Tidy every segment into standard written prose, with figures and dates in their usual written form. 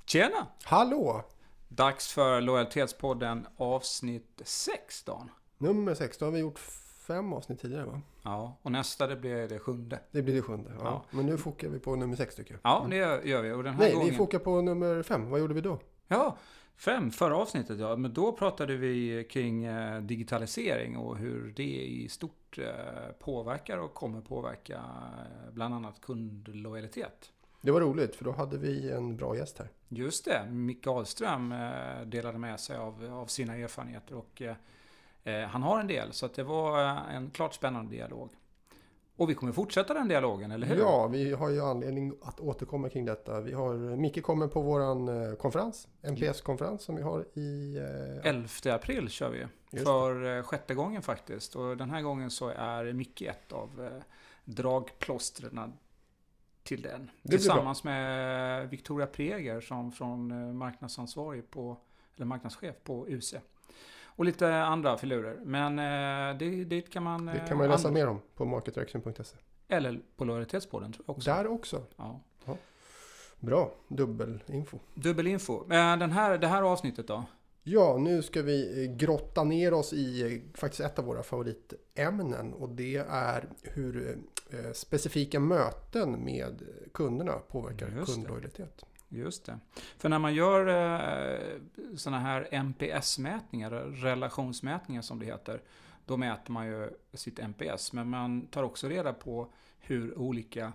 Tjena! Hallå! Dags för Lojalitetspodden avsnitt 16. Nummer 16 har vi gjort 5 avsnitt tidigare, va? Ja, och nästa det blir det 7:e. Det blir det 7:e, ja. Men nu fokar vi på nummer 6 tycker jag. Ja, det gör vi. Och den här gången... vi fokar på nummer 5. Vad gjorde vi då? Ja, 5 förra avsnittet, ja. Men då pratade vi kring digitalisering och hur det i stort påverkar och kommer påverka bland annat kundlojalitet. Det var roligt, för då hade vi en bra gäst här. Just det, Micke Ahlström delade med sig av sina erfarenheter och han har en del, så att det var en klart spännande dialog. Och vi kommer fortsätta den dialogen, eller hur? Ja, vi har ju anledning att återkomma kring detta. Micke kommer på våran konferens, MPS-konferens som vi har i... 11 april kör vi, för 6:e gången faktiskt. Och den här gången så är Micke ett av dragplåstren till den. Tillsammans med Victoria Preger som från marknadschef på UC. Och lite andra filurer. Men det kan man... Det kan man läsa mer om på marketdirection.se. Eller på Lojalitetspodden tror jag också. Där också? Ja. Bra, dubbelinfo. Det här avsnittet då? Ja, nu ska vi grotta ner oss i faktiskt ett av våra favoritämnen. Och det är hur specifika möten med kunderna påverkar kundlojalitet. Just det. För när man gör såna här NPS-mätningar, relationsmätningar som det heter, då mäter man ju sitt NPS. Men man tar också reda på hur olika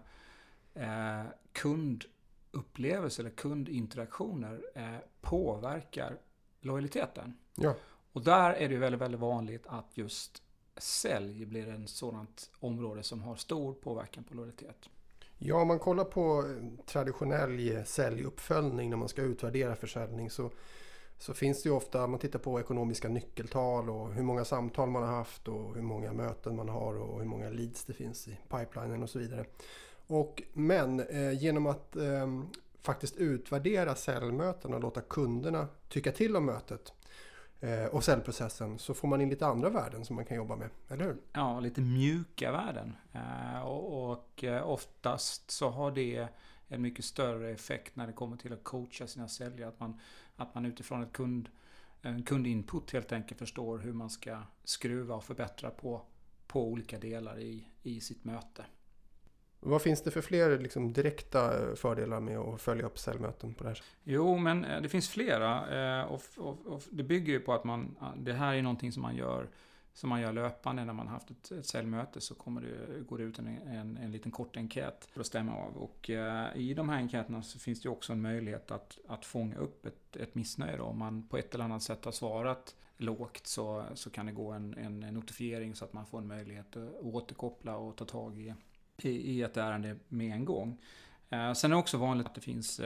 kundupplevelser eller kundinteraktioner påverkar lojaliteten. Ja. Och där är det väldigt, väldigt vanligt att just sälj blir en sådant område som har stor påverkan på lojalitet. Ja, om man kollar på traditionell säljuppföljning när man ska utvärdera försäljning så finns det ju ofta, man tittar på ekonomiska nyckeltal och hur många samtal man har haft och hur många möten man har och hur många leads det finns i pipelinen och så vidare. Men genom att faktiskt utvärdera säljmöten och låta kunderna tycka till om mötet och säljprocessen, så får man in lite andra värden som man kan jobba med, eller hur? Ja, lite mjuka värden. Och oftast så har det en mycket större effekt när det kommer till att coacha sina säljare. Att man utifrån en kundinput helt enkelt förstår hur man ska skruva och förbättra på olika delar i sitt möte. Vad finns det för fler direkta fördelar med att följa upp säljmöten på det här? Jo, men det finns flera. Och det bygger ju på att det här är någonting som man gör löpande. När man har haft ett säljmöte så går det ut en liten kort enkät för att stämma av. Och i de här enkäterna så finns det också en möjlighet att fånga upp ett missnöje. Om man på ett eller annat sätt har svarat lågt så kan det gå en notifiering så att man får en möjlighet att återkoppla och ta tag i ett ärende med en gång. Sen är det också vanligt att det finns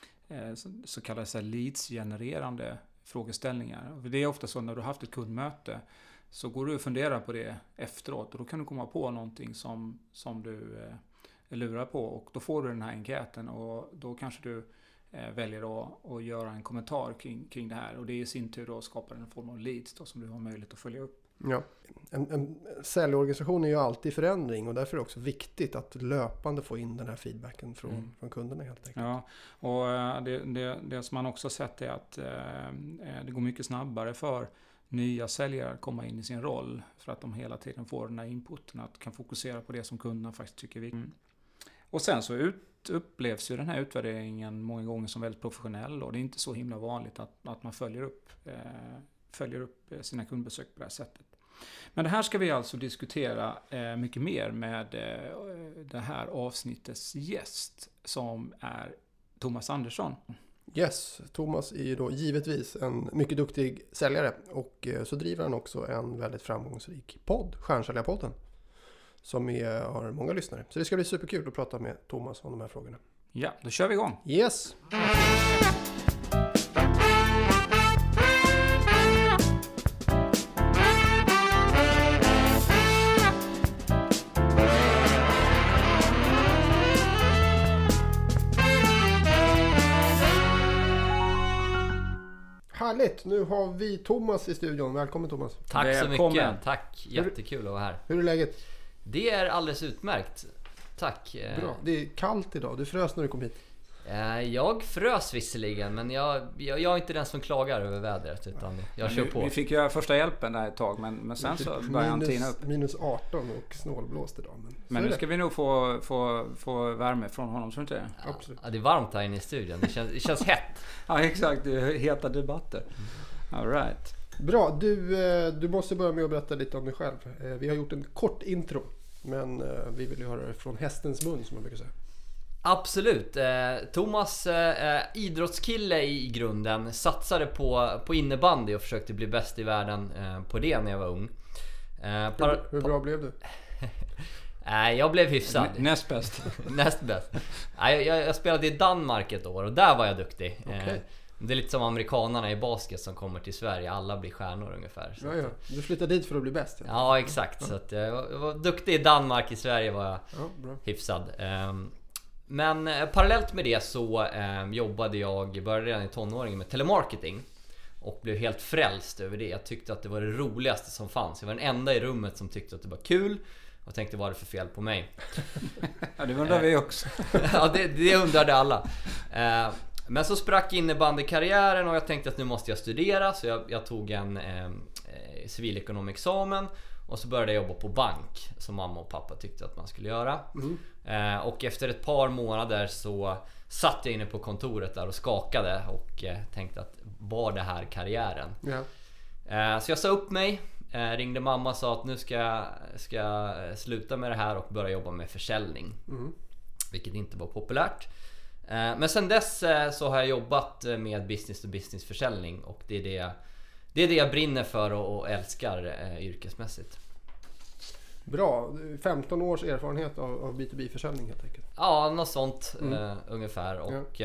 så kallade leads-genererande frågeställningar. Det är ofta så när du har haft ett kundmöte så går du och funderar på det efteråt och då kan du komma på någonting som du lurar på och då får du den här enkäten och då kanske du väljer att göra en kommentar kring det här och det i sin tur då skapar en form av leads då, som du har möjlighet att följa upp. Ja, en säljorganisation är ju alltid i förändring och därför är det också viktigt att löpande få in den här feedbacken från kunderna helt enkelt. Ja, och det som man också sett är att det går mycket snabbare för nya säljare att komma in i sin roll för att de hela tiden får den här inputen att kan fokusera på det som kunderna faktiskt tycker är viktigt. Och sen så upplevs ju den här utvärderingen många gånger som väldigt professionell och det är inte så himla vanligt att man följer upp sina kundbesök på det här sättet. Men det här ska vi alltså diskutera mycket mer med det här avsnittets gäst som är Thomas Andersson. Yes, Thomas är ju då givetvis en mycket duktig säljare och så driver han också en väldigt framgångsrik podd, Stjärnsäljarpodden, som har många lyssnare. Så det ska bli superkul att prata med Thomas om de här frågorna. Ja, då kör vi igång. Yes! Härligt, nu har vi Thomas i studion. Välkommen Thomas. Tack så mycket, tack. Jättekul att vara här. Hur är läget? Det är alldeles utmärkt. Tack. Bra, det är kallt idag. Du frös när du kom hit. Jag frös visserligen, men jag är inte den som klagar över vädret, utan jag kör på. Vi fick göra första hjälpen där ett tag, men sen så började han tina upp. Minus 18 och snålblåst idag. Men nu ska vi nog få värme från honom, tror du inte det? Absolut. Ja, det är varmt här inne i studion. Det känns hett. Ja, exakt. Det är heta debatter. All right. Bra, du måste börja med att berätta lite om dig själv. Vi har gjort en kort intro, men vi vill ju höra det från hästens mun, som man brukar säga. Absolut. Thomas, idrottskille i grunden, satsade på innebandy och försökte bli bäst i världen på det när jag var ung. Hur bra blev du? Jag blev hyfsad. Näst bäst. Näst bäst. Jag spelade i Danmark ett år och där var jag duktig. Okay. Det är lite som amerikanarna i basket som kommer till Sverige. Alla blir stjärnor ungefär. Så ja. Du flyttade dit för att bli bäst. Ja, exakt. Så att jag var duktig i Danmark. I Sverige var jag hyfsad. Men parallellt med det så började redan i tonåringen med telemarketing. Och blev helt frälst över det. Jag tyckte att det var det roligaste som fanns. Jag var den enda i rummet som tyckte att det var kul. Och tänkte, vad är det för fel på mig? Ja, det undrar vi också. Ja, det undrade alla. Men så sprack innebandykarriären och jag tänkte att nu måste jag studera. Så jag tog en civilekonomexamen. Och så började jag jobba på bank, som mamma och pappa tyckte att man skulle göra. Och efter ett par månader så satt jag inne på kontoret där och skakade. Och tänkte att, var det här karriären? Så jag sa upp mig. Ringde mamma och sa att nu ska jag sluta med det här och börja jobba med försäljning. Vilket inte var populärt. Men sen dess så har jag jobbat med business to business försäljning. Och det är det jag brinner för och älskar yrkesmässigt. Bra, 15 års erfarenhet av B2B-försäljning helt enkelt. Ja, något sånt ungefär. Och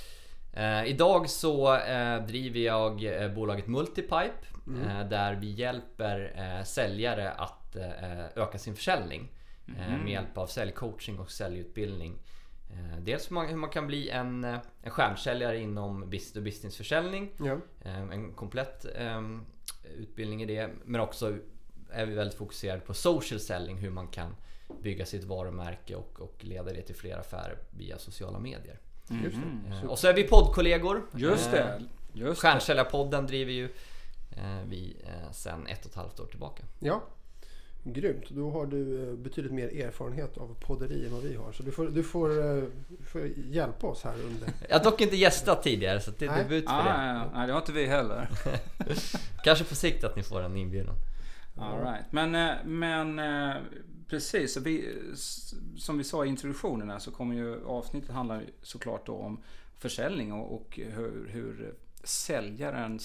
idag så driver jag bolaget Multipipe. Där vi hjälper säljare att öka sin försäljning med hjälp av säljcoaching och säljutbildning. Dels hur man kan bli en stjärnsäljare inom business to business försäljning. En komplett utbildning i det. Men också är vi väldigt fokuserade på social selling. Hur man kan bygga sitt varumärke och leda det till fler affärer via sociala medier. Just det. Och så är vi poddkollegor. Just det. Stjärnsäljarpodden driver ju vi sedan 1,5 år tillbaka. Ja, grymt. Då har du betydligt mer erfarenhet av podderi än vad vi har. Så du får hjälpa oss här under. Jag har dock inte gästat tidigare, så det är debut för det. Nej, det har inte vi heller. Kanske på sikt att ni får en inbjudan. All right. Men precis, så som vi sa i introduktionen här, så kommer ju avsnittet handla såklart då om försäljning och hur säljaren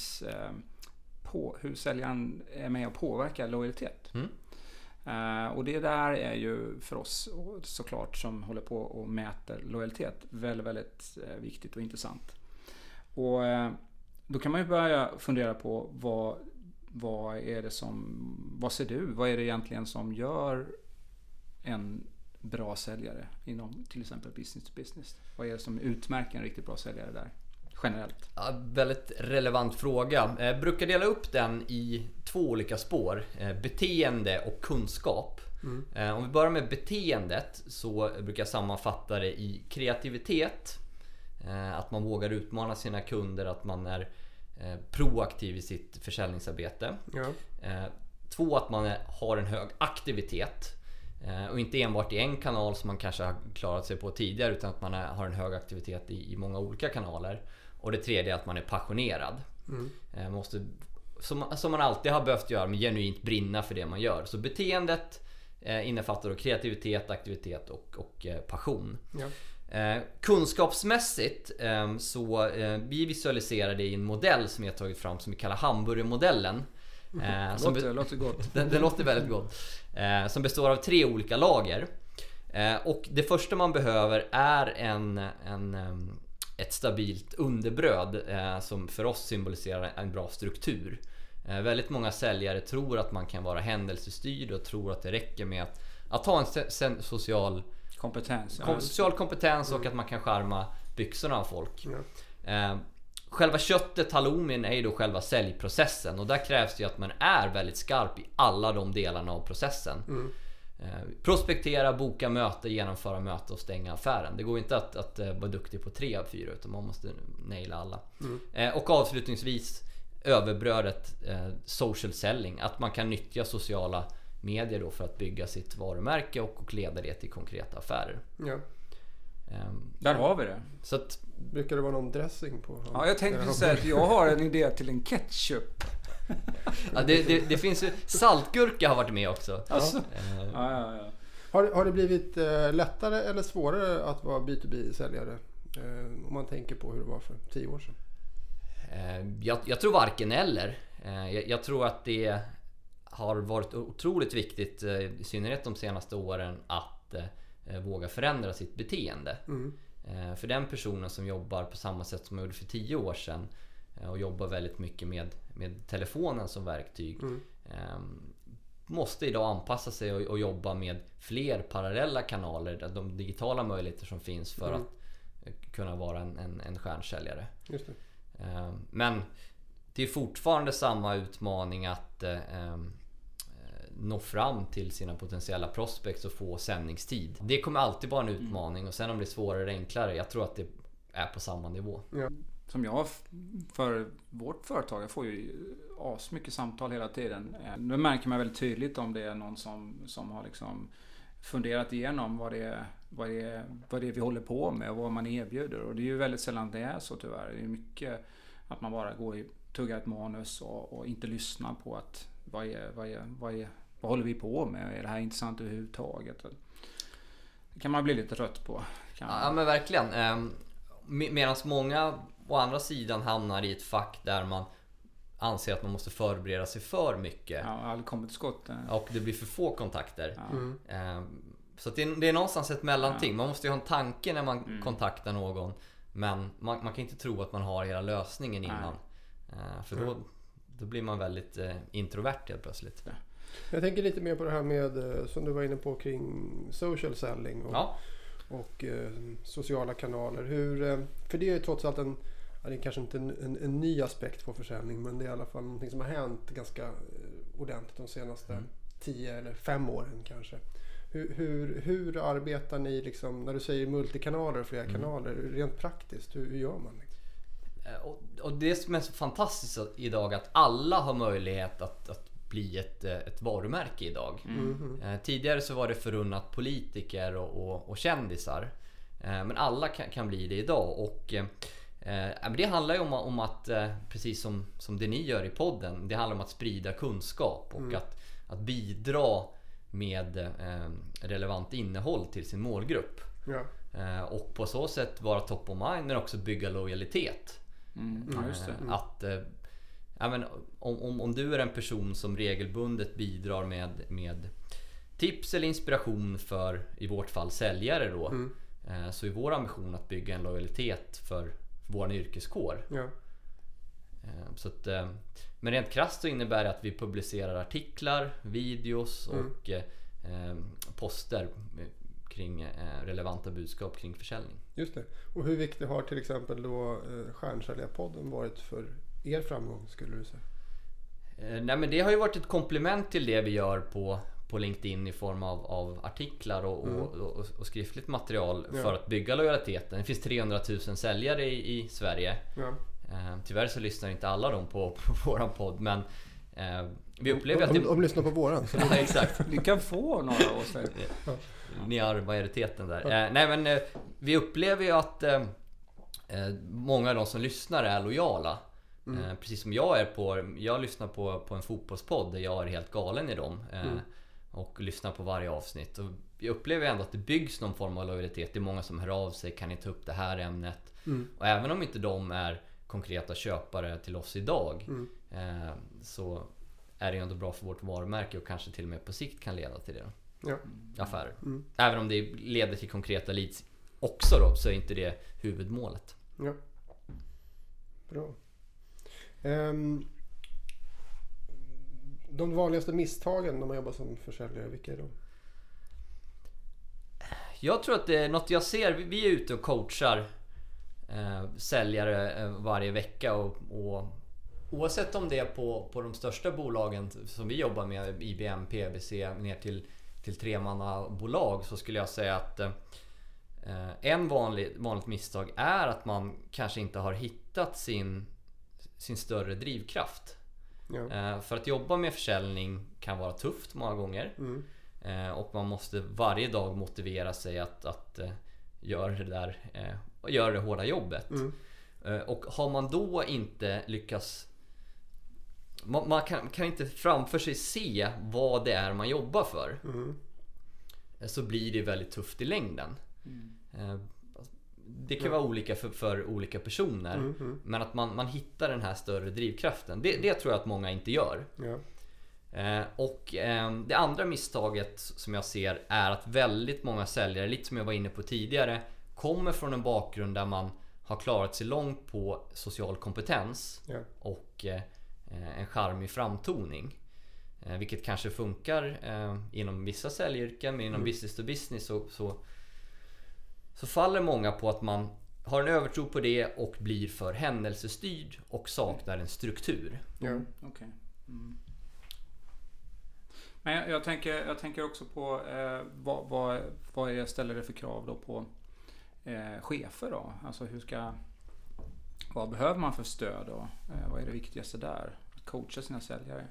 är med och påverkar lojalitet. Och det där är ju för oss såklart som håller på och mäter lojalitet väldigt, väldigt viktigt och intressant. Och då kan man ju börja fundera på vad ser du? Vad är det egentligen som gör en bra säljare inom till exempel business to business? Vad är det som utmärker en riktigt bra säljare där? Generellt. Ja, väldigt relevant fråga. Jag brukar dela upp den i 2 olika spår. Beteende och kunskap. Om vi börjar med beteendet så brukar jag sammanfatta det i kreativitet. Att man vågar utmana sina kunder. Att man är proaktiv i sitt försäljningsarbete. 2, att man har en hög aktivitet. Och inte enbart i en kanal som man kanske har klarat sig på tidigare, utan att man har en hög aktivitet i många olika kanaler. Och det 3 är att man är passionerad. Man måste, som man alltid har behövt göra, men genuint brinna för det man gör. Så beteendet innefattar då kreativitet, aktivitet och passion. Kunskapsmässigt så vi visualiserar det i en modell som vi har tagit fram som vi kallar hamburgermodellen. Låter gott. Den låter väldigt gott. Som består av 3 olika lager. Och det första man behöver är ett stabilt underbröd som för oss symboliserar en bra struktur. Väldigt många säljare tror att man kan vara händelsestyrd och tror att det räcker med att ha en social kompetens och att man kan charma byxorna av folk. Själva köttet, halloumin, är ju då själva säljprocessen. Och där krävs det ju att man är väldigt skarp i alla de delarna av processen. prospektera, boka möte, genomföra möte och stänga affären. Det går inte att vara duktig på 3 av 4, utan man måste naila alla. Och avslutningsvis överbrödet social selling, att man kan nyttja sociala medier då för att bygga sitt varumärke och leda det till konkreta affärer. Ja. Där har vi det. Så att, brukar det vara någon dressing på? Ja, jag tänkte säga att jag har en idé till en ketchup. ja, det finns ju, saltgurka har varit med också. Alltså. Ja. Har det blivit lättare eller svårare att vara B2B-säljare? Om man tänker på hur det var för 10 år sedan. Jag tror varken eller. Jag tror att det har varit otroligt viktigt, i synnerhet de senaste åren, att våga förändra sitt beteende. För den personen som jobbar på samma sätt som jag gjorde för 10 år sedan och jobbar väldigt mycket med telefonen som verktyg, måste idag anpassa sig och jobba med fler parallella kanaler, de digitala möjligheter som finns för att kunna vara en stjärnsäljare. Just det. Men det är fortfarande samma utmaning att nå fram till sina potentiella prospects och få sändningstid. Det kommer alltid vara en utmaning, och sen om det är svårare eller enklare, jag tror att det är på samma nivå. Ja. Som jag för vårt företag, jag får ju asmycket samtal hela tiden. Nu märker man väldigt tydligt om det är någon som har liksom funderat igenom vad det är vi håller på med och vad man erbjuder. Och det är ju väldigt sällan det är så, tyvärr. Det är mycket att man bara tuggar ett manus och inte lyssnar på att vad håller vi på med? Är det här intressant överhuvudtaget? Det kan man bli lite trött på. Ja, men verkligen. Medan många å andra sidan hamnar i ett fack där man anser att man måste förbereda sig för mycket. Ja, aldrig kommit till skott. Och det blir för få kontakter. Så att det är någonstans ett mellanting. Man måste ju ha en tanke när man kontaktar någon, men man kan inte tro att man har hela lösningen innan. För då blir man väldigt introvert helt plötsligt. Jag tänker lite mer på det här med, som du var inne på, kring social selling och sociala kanaler. För det är ju trots allt det är kanske inte en ny aspekt på försäljning, men det är i alla fall någonting som har hänt ganska ordentligt de senaste 10 eller 5 åren kanske. Hur arbetar ni liksom, när du säger multikanaler och flera kanaler, rent praktiskt, hur gör man? Och det som är så fantastiskt idag, att alla har möjlighet att bli ett varumärke idag. Tidigare så var det förunnat politiker och kändisar, men alla kan bli det idag. Och det handlar ju om att, precis som det ni gör i podden, det handlar om att sprida kunskap och att bidra med relevant innehåll till sin målgrupp. Och på så sätt vara top of mind, men också bygga lojalitet. Just det. Att om du är en person som regelbundet bidrar med tips eller inspiration för, i vårt fall, säljare då, så är vår ambition att bygga en lojalitet för vår yrkeskår. Så att, men rent krasst så innebär det att vi publicerar artiklar, videos och poster kring relevanta budskap kring försäljning. Just det. Och hur viktigt har till exempel då Stjärnsäljarpodden varit för er framgång, skulle du säga? Nej, men det har ju varit ett komplement till det vi gör på LinkedIn i form av artiklar och skriftligt material för att bygga lojaliteten. Det finns 300 000 säljare i Sverige. Tyvärr så lyssnar inte alla dem på våran podd, men vi upplever att de lyssnar på våran. Så ja, exakt. Du kan få några av oss. Ni har majoriteten där. Nej, men vi upplever ju att många av de som lyssnar är lojala. Precis som jag lyssnar på en fotbollspodd där jag är helt galen i dem och lyssnar på varje avsnitt. Och vi upplever ändå att det byggs någon form av lojalitet. Det är många som hör av sig, kan ni ta upp det här ämnet? Och även om inte de är konkreta köpare till oss idag, så är det ändå bra för vårt varumärke och kanske till och med på sikt kan leda till det. Affärer. Även om det leder till konkreta leads också då, så är inte det huvudmålet. Ja. Bra. De vanligaste misstagen när man jobbar som försäljare, vilka är de? Jag tror att det är något jag ser. Vi är ute och coachar säljare varje vecka och oavsett om det är på de största bolagen som vi jobbar med, IBM, PwC, ner till till tremannabolag, så skulle jag säga att en vanligt misstag är att man kanske inte har hittat sin större drivkraft. Ja. För att jobba med försäljning kan vara tufft många gånger. Och man måste varje dag motivera sig att göra det hårda jobbet. Och har man då inte lyckats, man kan inte framför sig se vad det är man jobbar för, så blir det väldigt tufft i längden. Det kan vara olika för olika personer, men att man hittar den här större drivkraften, det tror jag att många inte gör. Ja. Och det andra misstaget som jag ser är att väldigt många säljare, lite som jag var inne på tidigare, kommer från en bakgrund där man har klarat sig långt på social kompetens och en charmig framtoning, vilket kanske funkar inom vissa säljyrken, men inom business to business så faller många på att man har en övertro på det och blir för händelsestyrd och saknar en struktur. Okay. Men jag tänker också på vad jag ställer det för krav då på chefer då? Alltså vad behöver man för stöd då? Vad är det viktigaste där? Att coacha sina säljare?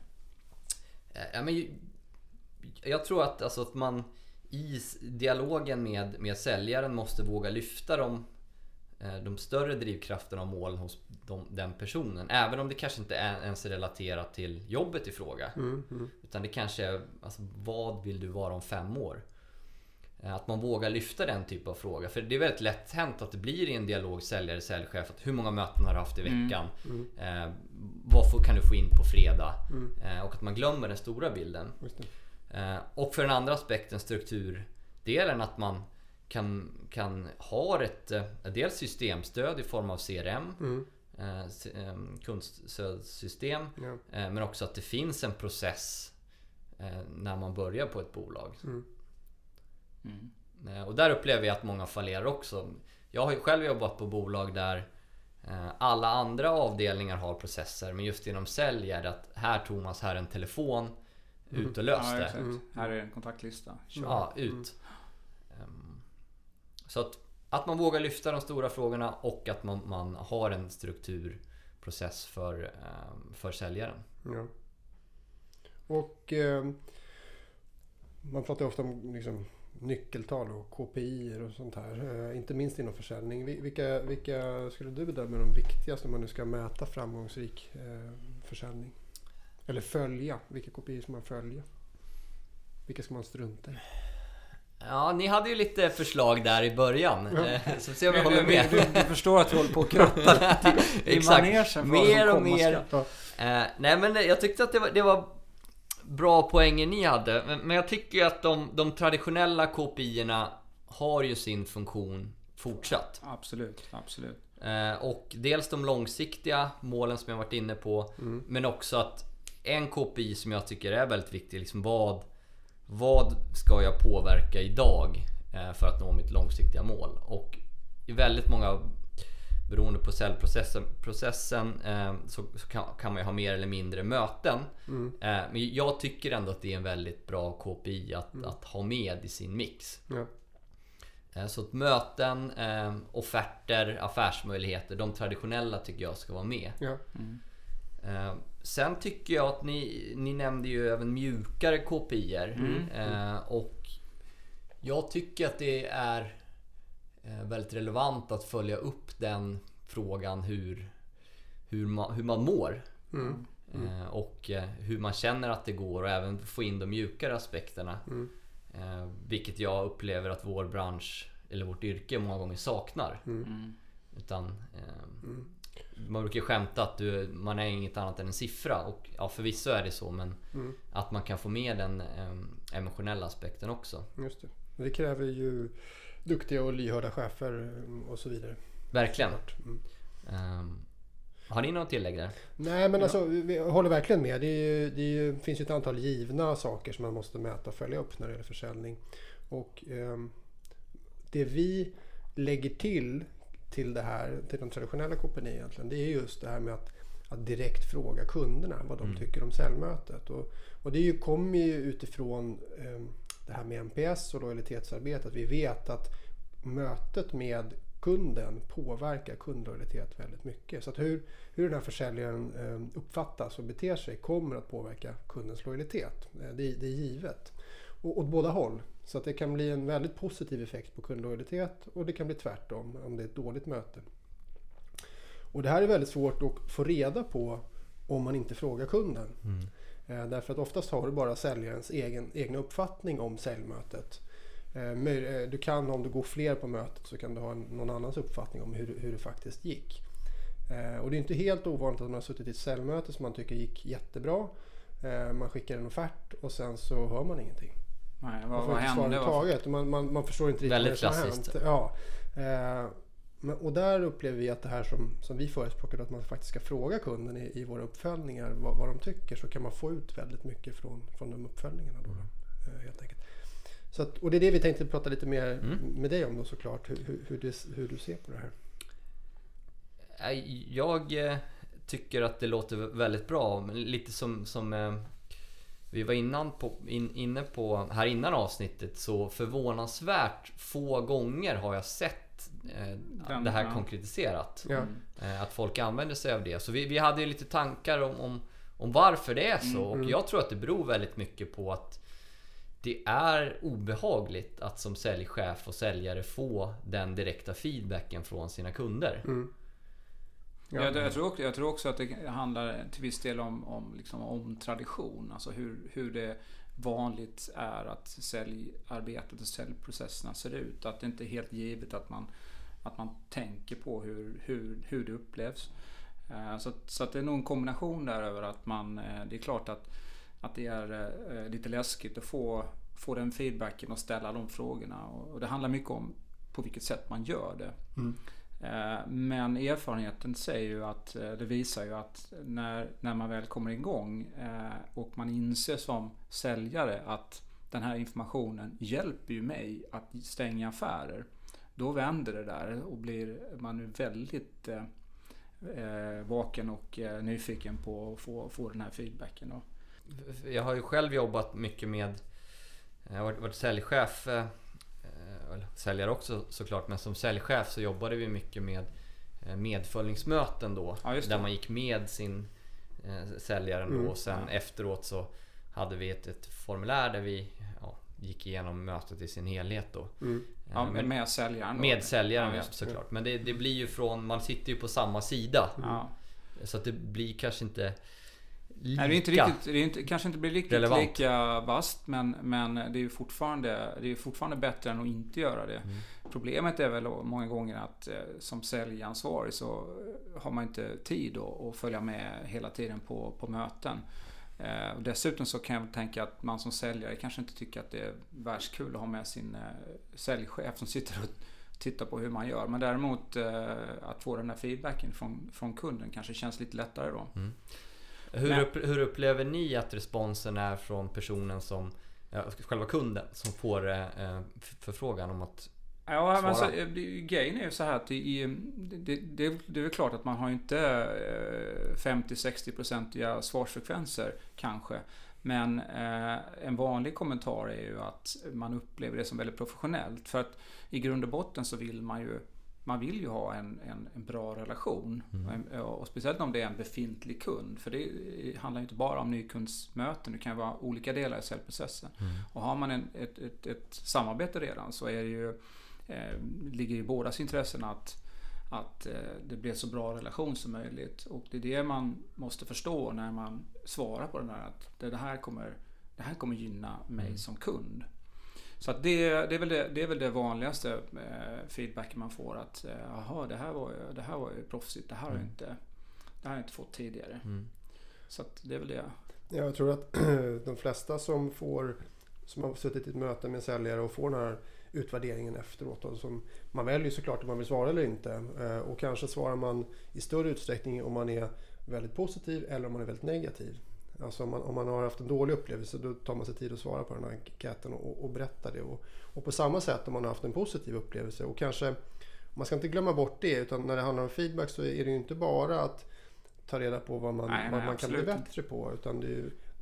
Jag tror att man i dialogen med säljaren måste våga lyfta de större drivkrafterna och målen hos den personen, även om det kanske inte ens är relaterat till jobbet i fråga, utan det kanske är, alltså, vad vill du vara om 5 år? Att man vågar lyfta den typen av fråga, för det är väldigt lätt hänt att det blir i en dialog säljare-säljchef att hur många möten har du haft i veckan, vad kan du få in på fredag, och att man glömmer den stora bilden. Och för den andra aspekten, strukturdelen, att man kan ha ett dels systemstöd i form av CRM, kundstödssystem, men också att det finns en process när man börjar på ett bolag. Och där upplever jag att många fallerar också. Jag har ju själv jobbat på bolag där alla andra avdelningar har processer, men just inom sälj är det att här Thomas, här är en telefon, ut och lös det. Här är en kontaktlista. Ut. Så att man vågar lyfta de stora frågorna och att man har en strukturprocess för säljaren. Ja. Och man pratar ofta om liksom nyckeltal och KPI och sånt här, inte minst inom försäljning. Vilka skulle du bedöma de viktigaste om man nu ska mäta framgångsrik försäljning? Eller följa, vilka KPI ska man följa? Vilka ska man strunta i? Ja, ni hade ju lite förslag där i början. Så se om jag håller med. Du förstår att vi håller på att kratta i manegen. Mer och mer. Nej, men jag tyckte att det var bra poänger ni hade. Men jag tycker ju att de traditionella KPI-erna har ju sin funktion fortsatt. Absolut. Och dels de långsiktiga målen som jag varit inne på. Men också att en KPI som jag tycker är väldigt viktig, liksom vad ska jag påverka idag för att nå mitt långsiktiga mål? Och i väldigt många, beroende på säljprocessen, så kan man ju ha mer eller mindre möten. Men jag tycker ändå att det är en väldigt bra KPI att ha med i sin mix. Så att möten, offerter, affärsmöjligheter, de traditionella tycker jag ska vara med. Sen tycker jag att ni nämnde ju även mjukare KPI:er. Och jag tycker att det är väldigt relevant att följa upp den frågan, hur man mår. Och hur man känner att det går, och även få in de mjukare aspekterna. Vilket jag upplever att vår bransch eller vårt yrke många gånger saknar. Utan man brukar skämta att man är inget annat än en siffra, och ja, förvisso är det så, men att man kan få med den emotionella aspekten också. Just det. Det kräver ju duktiga och lyhörda chefer och så vidare. Verkligen. Har ni något tillägg där? Nej, men alltså, vi håller verkligen med. Det finns ju ett antal givna saker som man måste mäta och följa upp när det gäller försäljning. Och det vi lägger till det här, till den traditionella KPI egentligen, det är just det här med att direkt fråga kunderna vad de tycker om säljmötet. Och det kommer ju utifrån det här med NPS och lojalitetsarbete, att vi vet att mötet med kunden påverkar kundlojalitet väldigt mycket. Så att hur den här försäljaren uppfattas och beter sig kommer att påverka kundens lojalitet. Det är givet. Och åt båda håll. Så att det kan bli en väldigt positiv effekt på kundlojalitet och det kan bli tvärtom om det är ett dåligt möte. Och det här är väldigt svårt att få reda på om man inte frågar kunden. Därför att oftast har du bara säljarens egna uppfattning om säljmötet. Du kan, om du går fler på mötet, så kan du ha någon annans uppfattning om hur det faktiskt gick. Och det är inte helt ovanligt att man har suttit i ett säljmöte som man tycker gick jättebra. Man skickar en offert och sen så hör man ingenting. Nej, vad hände? Man förstår inte riktigt väldigt vad som har hänt. Ja. Och där upplever vi att det här som vi förespråkar, att man faktiskt ska fråga kunden i våra uppföljningar vad de tycker, så kan man få ut väldigt mycket från de uppföljningarna då, helt enkelt. Så att, och det är det vi tänkte prata lite mer med dig om då, såklart, hur du ser på det här. Jag tycker att det låter väldigt bra, lite som vi var inne på här innan avsnittet, så förvånansvärt få gånger har jag sett det här konkretiserat. Att folk använder sig av det. Så vi hade ju lite tankar om varför det är så. Och jag tror att det beror väldigt mycket på att det är obehagligt att som säljchef och säljare få den direkta feedbacken från sina kunder. Jag tror också att det handlar till viss del om tradition. Alltså hur det vanligt är att säljarbetet och säljprocesserna ser ut. Att det inte är helt givet att man tänker på hur det upplevs. Så att det är nog en kombination där över att det är klart att det är lite läskigt att få den feedbacken och ställa de frågorna. Och det handlar mycket om på vilket sätt man gör det. Men erfarenheten säger ju att det visar ju att när man väl kommer igång och man inser som säljare att den här informationen hjälper ju mig att stänga affärer, då vänder det där och man är väldigt vaken och nyfiken på att få den här feedbacken då. Jag har ju själv jobbat mycket med, jag har varit säljchef, säljare också såklart, men som säljchef så jobbade vi mycket med medföljningsmöten då, där man gick med sin säljare då, och sen efteråt så hade vi ett formulär där vi gick igenom mötet i sin helhet då. Med säljaren då. Med säljaren såklart, men det blir ju man sitter ju på samma sida. Så att det blir kanske inte kanske inte blir riktigt relevant. Lika vast, men det är ju fortfarande bättre än att inte göra det. Problemet är väl många gånger att som säljansvarig så har man inte tid att följa med hela tiden på möten. Och dessutom så kan jag tänka att man som säljare kanske inte tycker att det är världskul att ha med sin säljchef som sitter och tittar på hur man gör. Men däremot att få den här feedbacken från kunden kanske känns lite lättare då. Hur upplever ni att responsen är från personen som själva kunden som får förfrågan om att svara? Men så, grejen är ju så här att det är klart att man har inte 50-60% svarsfrekvenser kanske. Men en vanlig kommentar är ju att man upplever det som väldigt professionellt. För att i grund och botten så vill man vill ju ha en bra relation. Och speciellt om det är en befintlig kund. För det handlar inte bara om nykundsmöten. Det kan vara olika delar i säljprocessen. Och har man ett samarbete redan så är det ju, ligger i bådas intressen att det blir så bra relation som möjligt. Och det är det man måste förstå när man svarar på den här. Att det här kommer gynna mig som kund. Så att det är väl det vanligaste feedbacken man får, att det här var ju proffsigt, det här har jag inte fått tidigare. Så att det är väl det. Jag tror att de flesta som har suttit i ett möte med säljare och får den här utvärderingen efteråt, och man väljer såklart om man vill svara eller inte, och kanske svarar man i större utsträckning om man är väldigt positiv eller om man är väldigt negativ. Alltså om man har haft en dålig upplevelse, då tar man sig tid att svara på den här enkäten och berätta det. Och på samma sätt om man har haft en positiv upplevelse. Och kanske, man ska inte glömma bort det, utan när det handlar om feedback så är det ju inte bara att ta reda på vad man kan bli bättre på. Utan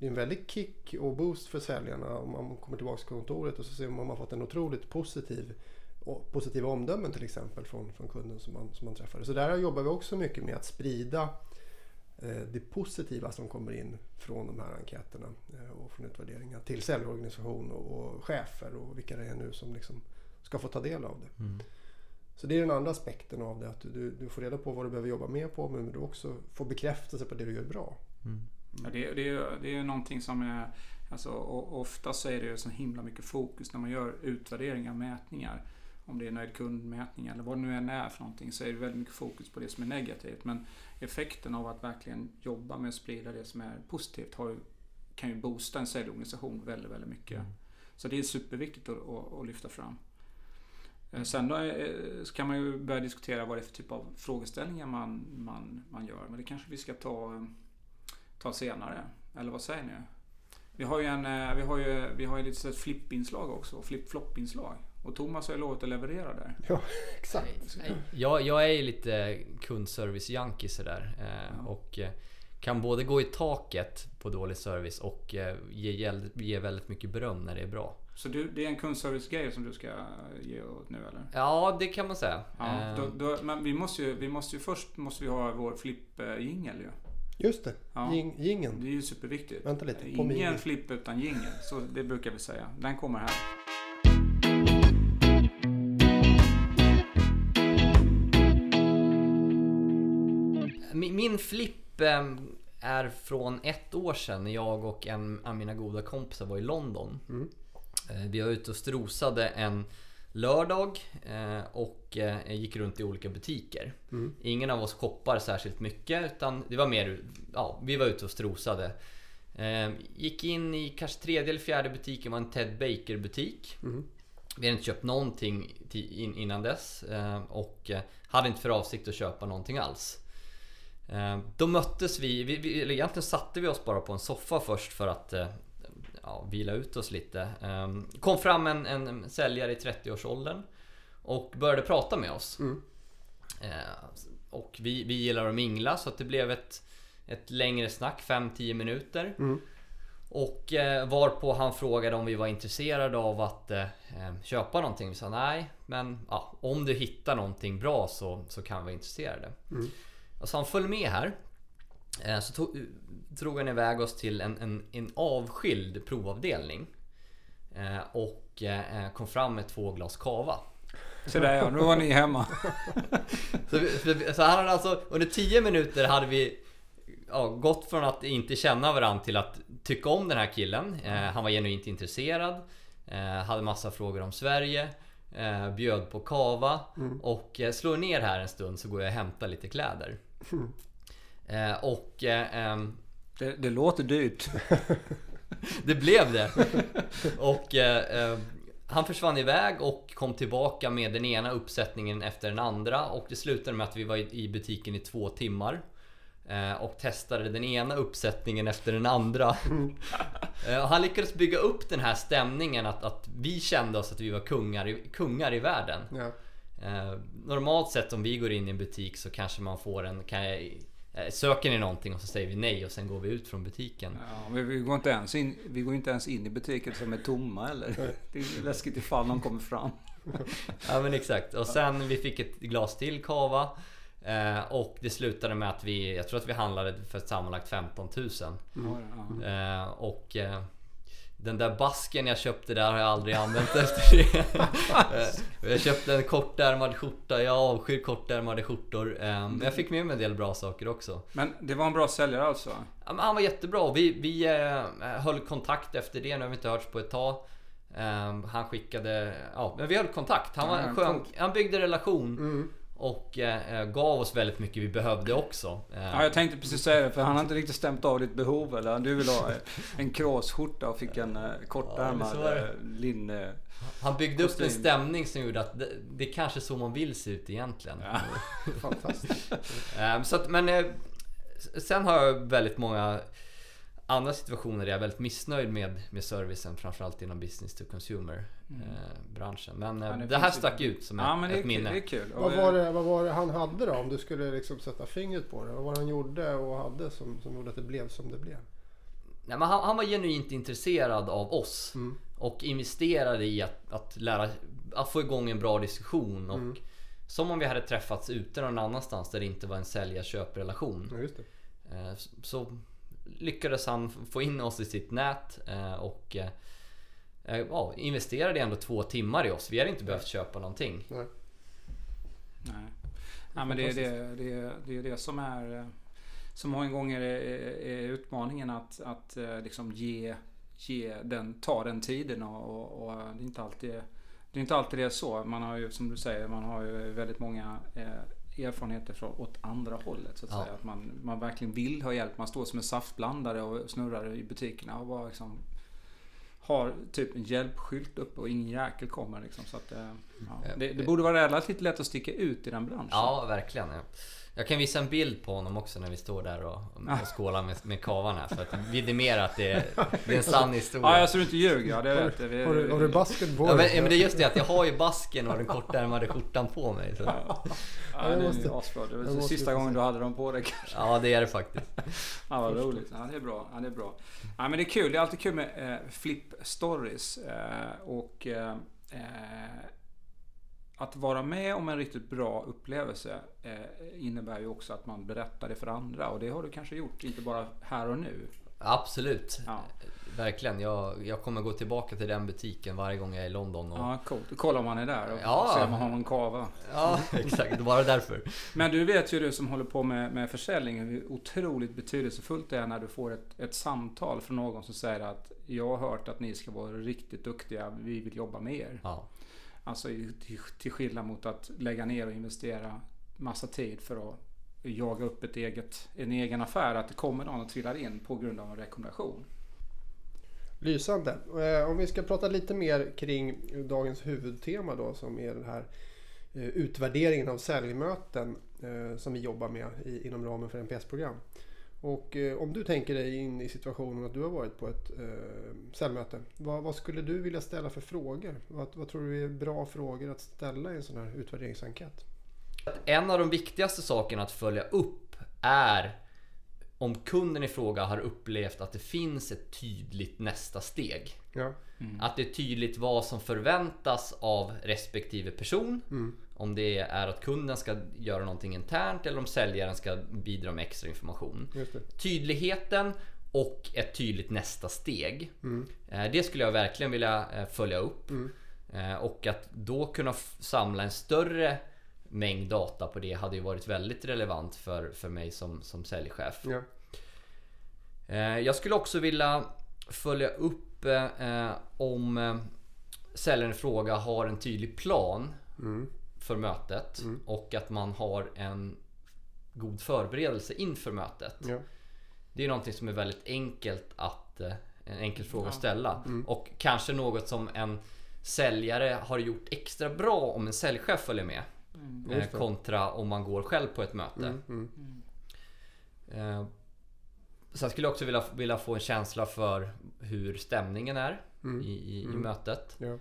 det är en väldig kick och boost för säljarna om man kommer tillbaka till kontoret och så ser man att man fått en otroligt positiva omdömen till exempel från kunden som man träffade. Så där jobbar vi också mycket med att sprida det positiva som kommer in från de här enkäterna och från utvärderingar till säljorganisation och chefer och vilka det är nu som liksom ska få ta del av det. Så det är den andra aspekten av det, att du får reda på vad du behöver jobba med på, men du också får bekräftelse på det du gör bra. Ja, det är ju någonting som är, alltså, ofta så är det ju så himla mycket fokus när man gör utvärderingar, mätningar, om det är nöjd kundmätning eller vad det nu än är för någonting, så är det väldigt mycket fokus på det som är negativt, men effekten av att verkligen jobba med att sprida det som är positivt kan ju boosta en säljorganisation väldigt, väldigt mycket. Så det är superviktigt att lyfta fram. Sen då så kan man ju börja diskutera vad det är för typ av frågeställningar man gör, men det kanske vi ska ta senare, eller vad säger ni? Vi har ju lite flippinslag också, flip-flop-inslag, och Thomas har ju lovat att leverera där. Ja, exakt. Jag är ju lite kundservice-junkie sådär, och kan både gå i taket på dålig service och ge väldigt mycket beröm när det är bra. Så det är en kundservice-grej som du ska ge åt nu, eller? Ja, det kan man säga. Ja, men vi måste ju först ha vår flip-jingel ju. Just det, ja. Jingeln. Det är ju superviktigt. Vänta lite. Ingen flip utan jingel, så det brukar vi säga. Den kommer här. Min flipp är från 1 år sedan när jag och en av mina goda kompisar var i London. Vi var ute och strosade en lördag och gick runt i olika butiker. Ingen av oss shoppar särskilt mycket, utan det var mer, vi var ute och strosade. Gick in i kanske 3:e eller 4:e butiken, var en Ted Baker butik. Vi hade inte köpt någonting innan dess och hade inte för avsikt att köpa någonting alls. Då möttes eller egentligen satte vi oss bara på en soffa först för att vila ut oss lite. Kom fram en säljare i 30-årsåldern och började prata med oss. Och vi gillar att mingla, så att det blev ett längre snack, 5-10 minuter. Och varpå han frågade om vi var intresserade av att köpa någonting. Vi sa nej, men om du hittar någonting bra så kan vi vara intresserade. Och så han föll med här. Så drog han iväg oss till en avskild provavdelning och kom fram med 2 glas kava. Så där, ja, nu var ni hemma. så han hade alltså, under 10 minuter hade vi gått från att inte känna varandra till att tycka om den här killen. Han var genuint intresserad, hade massa frågor om Sverige, bjöd på kava och slår ner här en stund så går jag och hämtar lite kläder. Det låter dyrt. Det blev det. Och han försvann iväg och kom tillbaka med den ena uppsättningen efter den andra. Och det slutade med att vi var i butiken i 2 timmar och testade den ena uppsättningen efter den andra. Han lyckades bygga upp den här stämningen att vi kände oss att vi var kungar i världen. Normalt sett om vi går in i en butik så kanske man får söker ni någonting och så säger vi nej och sen går vi ut från butiken. Ja, men vi går inte ens in i butiken som är tomma, eller? Det är läskigt ifall någon kommer fram. Ja, men exakt. Och sen vi fick ett glas till kava och det slutade med att jag tror att vi handlade för sammanlagt 15 000. Och den där basken jag köpte där har jag aldrig använt efter det. Jag köpte en kortärmad skjorta. Jag avskyr kortärmade skjortor. Men jag fick med mig en del bra saker också. Men det var en bra säljare alltså? Ja, men han var jättebra. Vi höll kontakt efter det. Nu har vi inte hörts på ett tag. Han skickade... men vi höll kontakt. Han var skön. Han byggde relation. Och gav oss väldigt mycket vi behövde också. Ja, jag tänkte precis säga det, för han har inte riktigt stämt av ditt behov, eller du vill ha en kråsskjorta och fick en kortärmad linne. Han byggde upp en stämning som gjorde att det är kanske så man vill se ut egentligen. Ja. Fantastiskt. Sen har jag väldigt många andra situationer där jag är väldigt missnöjd med servicen, framförallt inom business to consumer branschen. Men det här stack ut som ett minne. Det är kul. Vad var det han hade då, om du skulle liksom sätta fingret på det? Vad var det han gjorde och hade som gjorde att det blev som det blev? Nej, men han var genuint intresserad av oss och investerade i att få igång en bra diskussion och som om vi hade träffats ute någon annanstans där det inte var en sälja-köprelation. Ja, just det. Så lyckades han få in oss i sitt nät och investerade ändå 2 timmar i oss. Vi hade inte behövt köpa någonting. Nej. Nej, men det är det som är så många gånger är utmaningen att liksom ta den tiden och det är inte alltid det är så. Man har ju, som du säger, man har ju väldigt många erfarenheter åt andra hållet så att säga. Att man verkligen vill ha hjälp. Man står som en saftblandare och snurrar i butikerna och bara liksom har typ en hjälpskylt uppe och ingen jäkel kommer liksom, så att det borde vara relativt lätt att sticka ut i den branschen. Ja, verkligen. Ja. Jag kan visa en bild på honom också när vi står där och skålar med kavan här för att vidimera att det är en sann historia. Ja, jag tror inte ljuger. Ja, det är rätt. Har du basken på? Ja, men det är just det att jag har ju basken och den kortärmade skjortan på mig. Så. Ja, det är asbra. Det var sista gången du hade dem på dig kanske. Ja, det är det faktiskt. Ja, vad roligt. Ja, det är bra. Ja, det är bra. Ja, men det är kul. Det är alltid kul med flip stories och att vara med om en riktigt bra upplevelse innebär ju också att man berättar det för andra och det har du kanske gjort, inte bara här och nu. Absolut, verkligen. Jag kommer gå tillbaka till den butiken varje gång jag är i London. Ja, coolt. Kollar om man är där och ser om man har någon kava. Ja, exakt. Bara därför. Men du vet ju, du som håller på med försäljning, hur otroligt betydelsefullt det är när du får ett samtal från någon som säger att jag har hört att ni ska vara riktigt duktiga, vi vill jobba med er. Ja. Alltså till skillnad mot att lägga ner och investera massa tid för att jaga upp en egen affär, att det kommer någon och trillar in på grund av en rekommendation. Lysande. Om vi ska prata lite mer kring dagens huvudtema då, som är den här utvärderingen av säljmöten som vi jobbar med inom ramen för NPS-program. Och om du tänker dig in i situationen att du har varit på ett säljmöte, vad skulle du vilja ställa för frågor? Vad tror du är bra frågor att ställa i en sån här utvärderingsenkät? En av de viktigaste sakerna att följa upp är om kunden i fråga har upplevt att det finns ett tydligt nästa steg. Ja. Att det är tydligt vad som förväntas av respektive person. Om det är att kunden ska göra någonting internt eller om säljaren ska bidra med extra information. Just det. Tydligheten och ett tydligt nästa steg. Det skulle jag verkligen vilja följa upp. Och att då kunna samla en större mängd data på det hade ju varit väldigt relevant för mig som säljchef. Ja. Jag skulle också vilja följa upp om säljaren i fråga har en tydlig plan för mötet och att man har en god förberedelse inför mötet. Ja. Det är någonting som är väldigt en enkel fråga att ställa och kanske något som en säljare har gjort extra bra om en säljchef följer med kontra om man går själv på ett möte. Sen skulle jag också vilja få en känsla för hur stämningen är i mötet. Ja.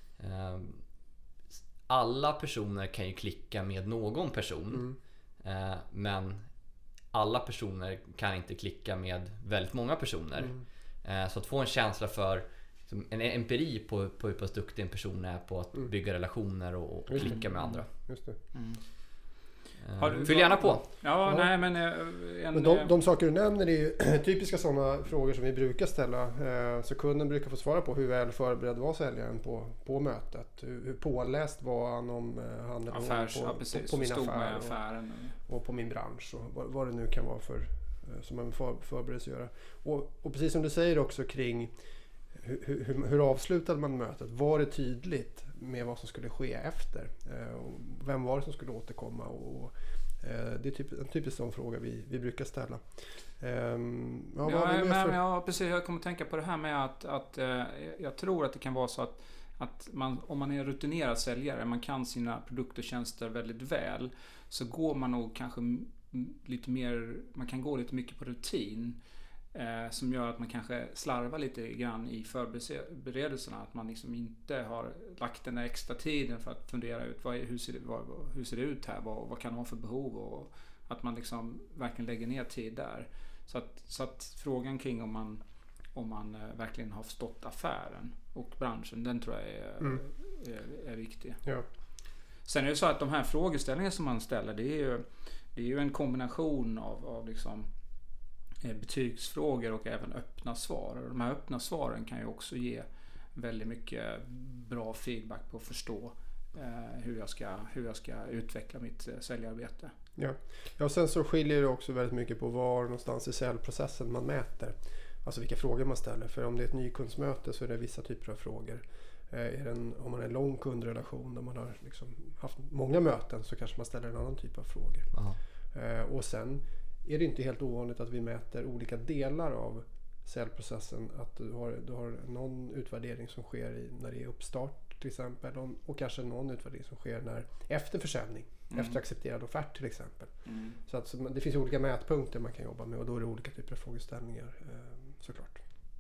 Alla personer kan ju klicka med någon person, men alla personer kan inte klicka med väldigt många personer. Så att få en känsla för en empiri på hur pass duktig en person är på att bygga relationer och klicka med andra. Just det. Fyll gärna på. Ja. Nej, men de saker du nämner är ju typiska sådana frågor som vi brukar ställa. Så kunden brukar få svara på hur väl förberedd var säljaren på mötet. Hur påläst var han om han på min affär och på min bransch och vad det nu kan vara för som man förbereds göra. Och precis som du säger också kring hur avslutade man mötet? Var det tydligt med vad som skulle ske efter? Vem var det som skulle återkomma? Och det är en typisk sån fråga vi brukar ställa. Precis. Jag kommer tänka på det här med att jag tror att det kan vara så att om man är rutinerad säljare, man kan sina produkter och tjänster väldigt väl, så går man nog kanske lite mer, man kan gå lite mycket på rutin. Som gör att man kanske slarvar lite grann i förberedelserna, att man liksom inte har lagt den där extra tiden för att fundera ut hur ser det ut här, vad kan man ha för behov, och att man liksom verkligen lägger ner tid där, så att frågan kring om man om man verkligen har förstått affären och branschen. Den tror jag är viktig. Ja. Sen är det så att de här frågeställningarna som man ställer, det är ju en kombination av liksom betygsfrågor och även öppna svar. Och de här öppna svaren kan ju också ge väldigt mycket bra feedback på att förstå hur jag ska utveckla mitt säljarbete. Ja, och sen så skiljer det också väldigt mycket på var någonstans i säljprocessen man mäter. Alltså vilka frågor man ställer. För om det är ett nykundsmöte så är det vissa typer av frågor. Om man är en lång kundrelation där man har liksom haft många möten så kanske man ställer en annan typ av frågor. Och sen är det inte helt ovanligt att vi mäter olika delar av säljprocessen. Att du har någon utvärdering som sker när det är uppstart till exempel. Och kanske någon utvärdering som sker efter försäljning. Efter accepterad offert till exempel. Så att det finns olika mätpunkter man kan jobba med och då är det olika typer av frågeställningar såklart.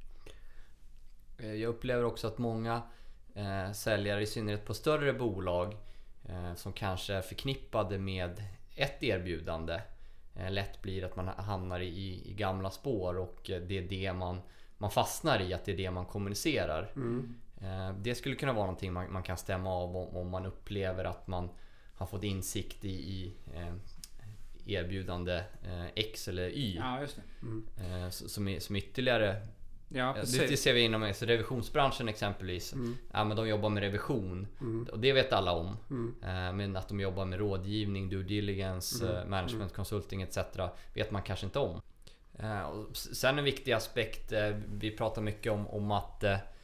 Jag upplever också att många säljare, i synnerhet på större bolag som kanske är förknippade med ett erbjudande, lätt blir att man hamnar i gamla spår och det är det man fastnar i, att det är det man kommunicerar. Det skulle kunna vara någonting man kan stämma av om man upplever att man har fått insikt i erbjudande X eller Y. Ja, just det. Som ytterligare. Ja, det ser vi inom revisionsbranschen exempelvis. Ja, men de jobbar med revision och det vet alla om. Men att de jobbar med rådgivning, due diligence, management consulting etc. vet man kanske inte om. Sen en viktig aspekt, vi pratar mycket om att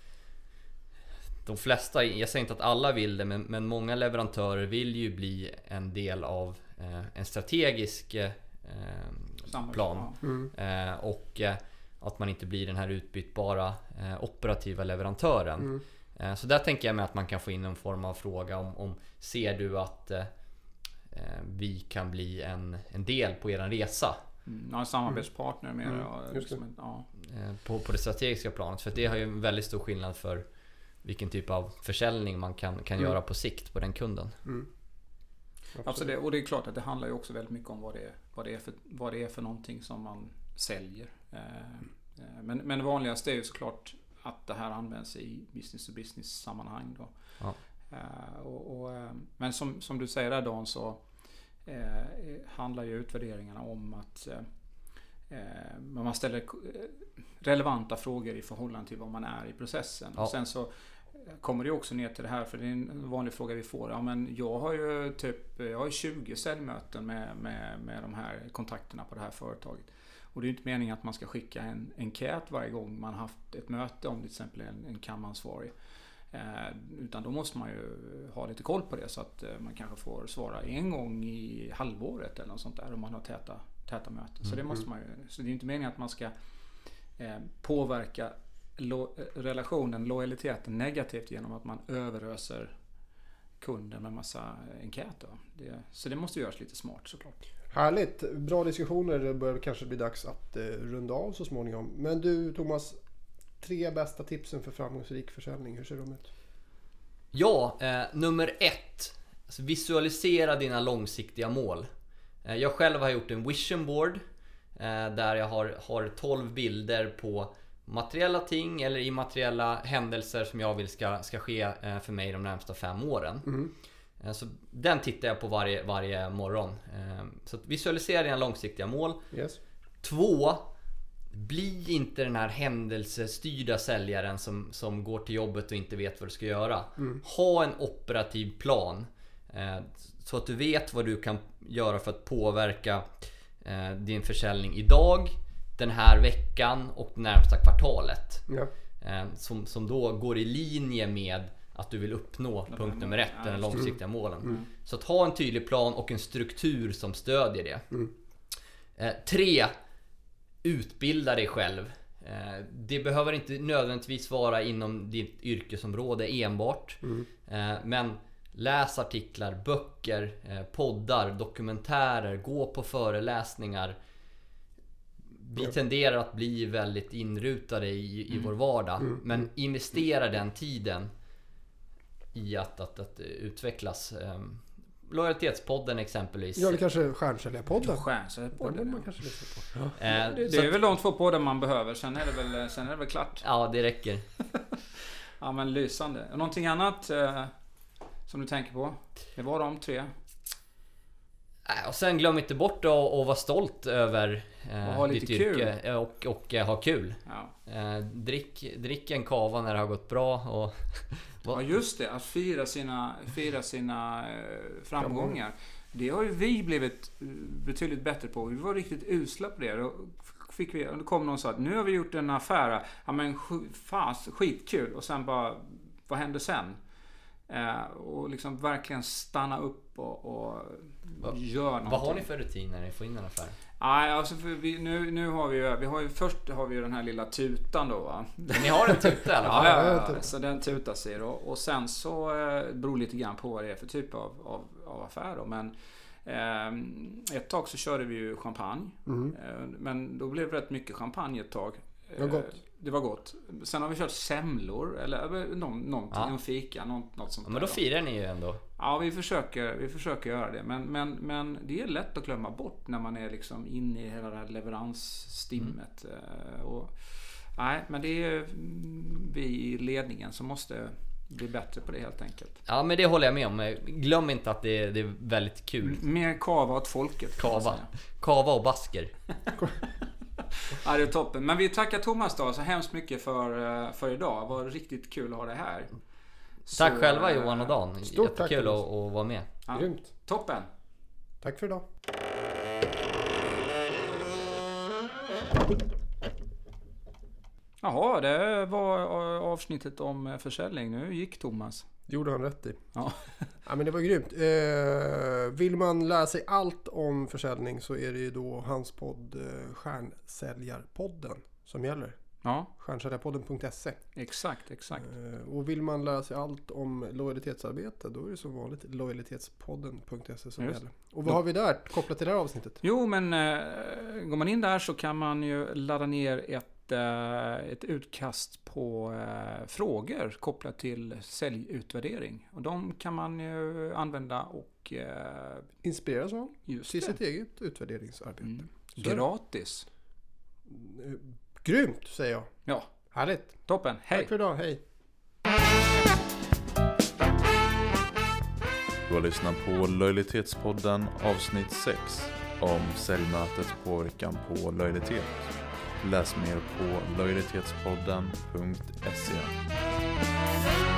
de flesta, jag säger inte att alla vill det, men många leverantörer vill ju bli en del av en strategisk plan. Och att man inte blir den här utbytbara operativa leverantören. Så där tänker jag mig att man kan få in en form av fråga om ser du att vi kan bli en del på er resa? En samarbetspartner med på det strategiska planet. För det har ju en väldigt stor skillnad för vilken typ av försäljning man kan göra på sikt på den kunden. Absolut. Och det är klart att det handlar ju också väldigt mycket om vad det är för någonting som man säljer. Men det vanligaste är ju såklart att det här används i business to business sammanhang då. Men som du säger där Dan, så handlar ju utvärderingarna om att man ställer relevanta frågor i förhållande till vad man är i processen. Och sen så kommer det också ner till det här, för det är en vanlig fråga vi får. Ja, men jag har ju 20 säljmöten med de här kontakterna på det här företaget. Och det är ju inte meningen att man ska skicka en enkät varje gång man har haft ett möte om till exempel en kamansvarig. Utan då måste man ju ha lite koll på det, så att man kanske får svara en gång i halvåret eller något sånt där om man har täta möten. Så det måste man ju. Så det är inte meningen att man ska påverka relationen, lojaliteten negativt genom att man överöser kunden med massa enkäter. Så det måste göras lite smart såklart. Härligt, bra diskussioner. Det börjar kanske bli dags att runda av så småningom. Men du Thomas, 3 bästa tipsen för framgångsrik försäljning, hur ser de ut? Ja, nummer 1. Alltså visualisera dina långsiktiga mål. Jag själv har gjort en vision board där jag har 12 bilder på materiella ting eller immateriella händelser som jag vill ska ske för mig de närmsta 5 åren. Så den tittar jag på varje morgon. Så visualisera dina långsiktiga mål. 2. Bli inte den här händelsestyrda säljaren som går till jobbet och inte vet vad du ska göra. Ha en operativ plan så att du vet vad du kan göra för att påverka din försäljning idag, den här veckan och det närmsta kvartalet. Som då går i linje med att du vill uppnå punkt nummer 1, den långsiktiga målen. Så att ha en tydlig plan och en struktur som stödjer det. 3. Utbilda dig själv. Det behöver inte nödvändigtvis vara inom ditt yrkesområde enbart. Men läs artiklar, böcker, poddar, dokumentärer, gå på föreläsningar. Vi tenderar att bli väldigt inrutade i vår vardag. Men investera den tiden i att utvecklas Lojalitetspodden exempelvis. Ja, eller kanske Stjärnsäljarpodden. Stjärnsäljarpodden, man kanske lyssnar på. Det är väl de 2 poddar man behöver. Sen är det väl klart. Ja, det räcker. Ja, men lysande. Någonting annat som du tänker på? Det var de 3. Och sen glöm inte bort att vara stolt över ditt yrke och ha kul. Ja. Drick en kava när det har gått bra. Och ja, just det. Att fira sina framgångar. Det har ju vi blivit betydligt bättre på. Vi var riktigt usla på det. Då kom någon och sa att nu har vi gjort en affär. Ja, men skitkul. Och sen bara, vad hände sen? Och liksom verkligen stanna upp och göra någonting. Vad har ni för rutin när ni får in en affär? Nej, alltså nu har vi den här lilla tutan då, va? Men ni har en tuta i alla fall? Ja, så den tutar sig då. Och sen så beror lite grann på vad det är för typ av affär då. Men ett tag så körde vi ju champagne. Men då blev det rätt mycket champagne ett tag. Det var gott. Sen har vi kört semlor eller någonting, en fika, något sånt. Men då firar ni ju ändå. Ja, vi försöker göra det. Men det är lätt att glömma bort när man är liksom inne i hela det här leveransstimmet. Men det är vi i ledningen som måste bli bättre på det helt enkelt. Ja, men det håller jag med om. Glöm inte att det är väldigt kul. Mer kava åt folket. Kava och basker. Ja, det är toppen. Men vi tackar Thomas då så hemskt mycket för idag. Det var riktigt kul att ha det här. Tack själva Johan och Dan. Stort tack. Jättekul att vara med. Ja, grymt. Toppen. Tack för idag. Jaha, det var avsnittet om försäljning. Nu gick Thomas. Gjorde han rätt i. Ja. Ja, men det var grymt. Vill man lära sig allt om försäljning så är det ju då hans podd Stjärnsäljarpodden som gäller. Ja. Stjärnsäljarpodden.se. Exakt. Och vill man lära sig allt om lojalitetsarbete då är det som vanligt lojalitetspodden.se som gäller. Och vad har vi där kopplat till det här avsnittet? Jo, men går man in där så kan man ju ladda ner ett utkast på frågor kopplat till säljutvärdering. Och de kan man ju använda och inspireras av till sitt eget utvärderingsarbete. Gratis. Grymt, säger jag. Ja. Härligt. Toppen. Hej. Tack för idag. Hej. Du har lyssnat på Lojalitetspodden avsnitt 6 om säljmötets påverkan på lojalitet. Läs mer på lojalitetspodden.se.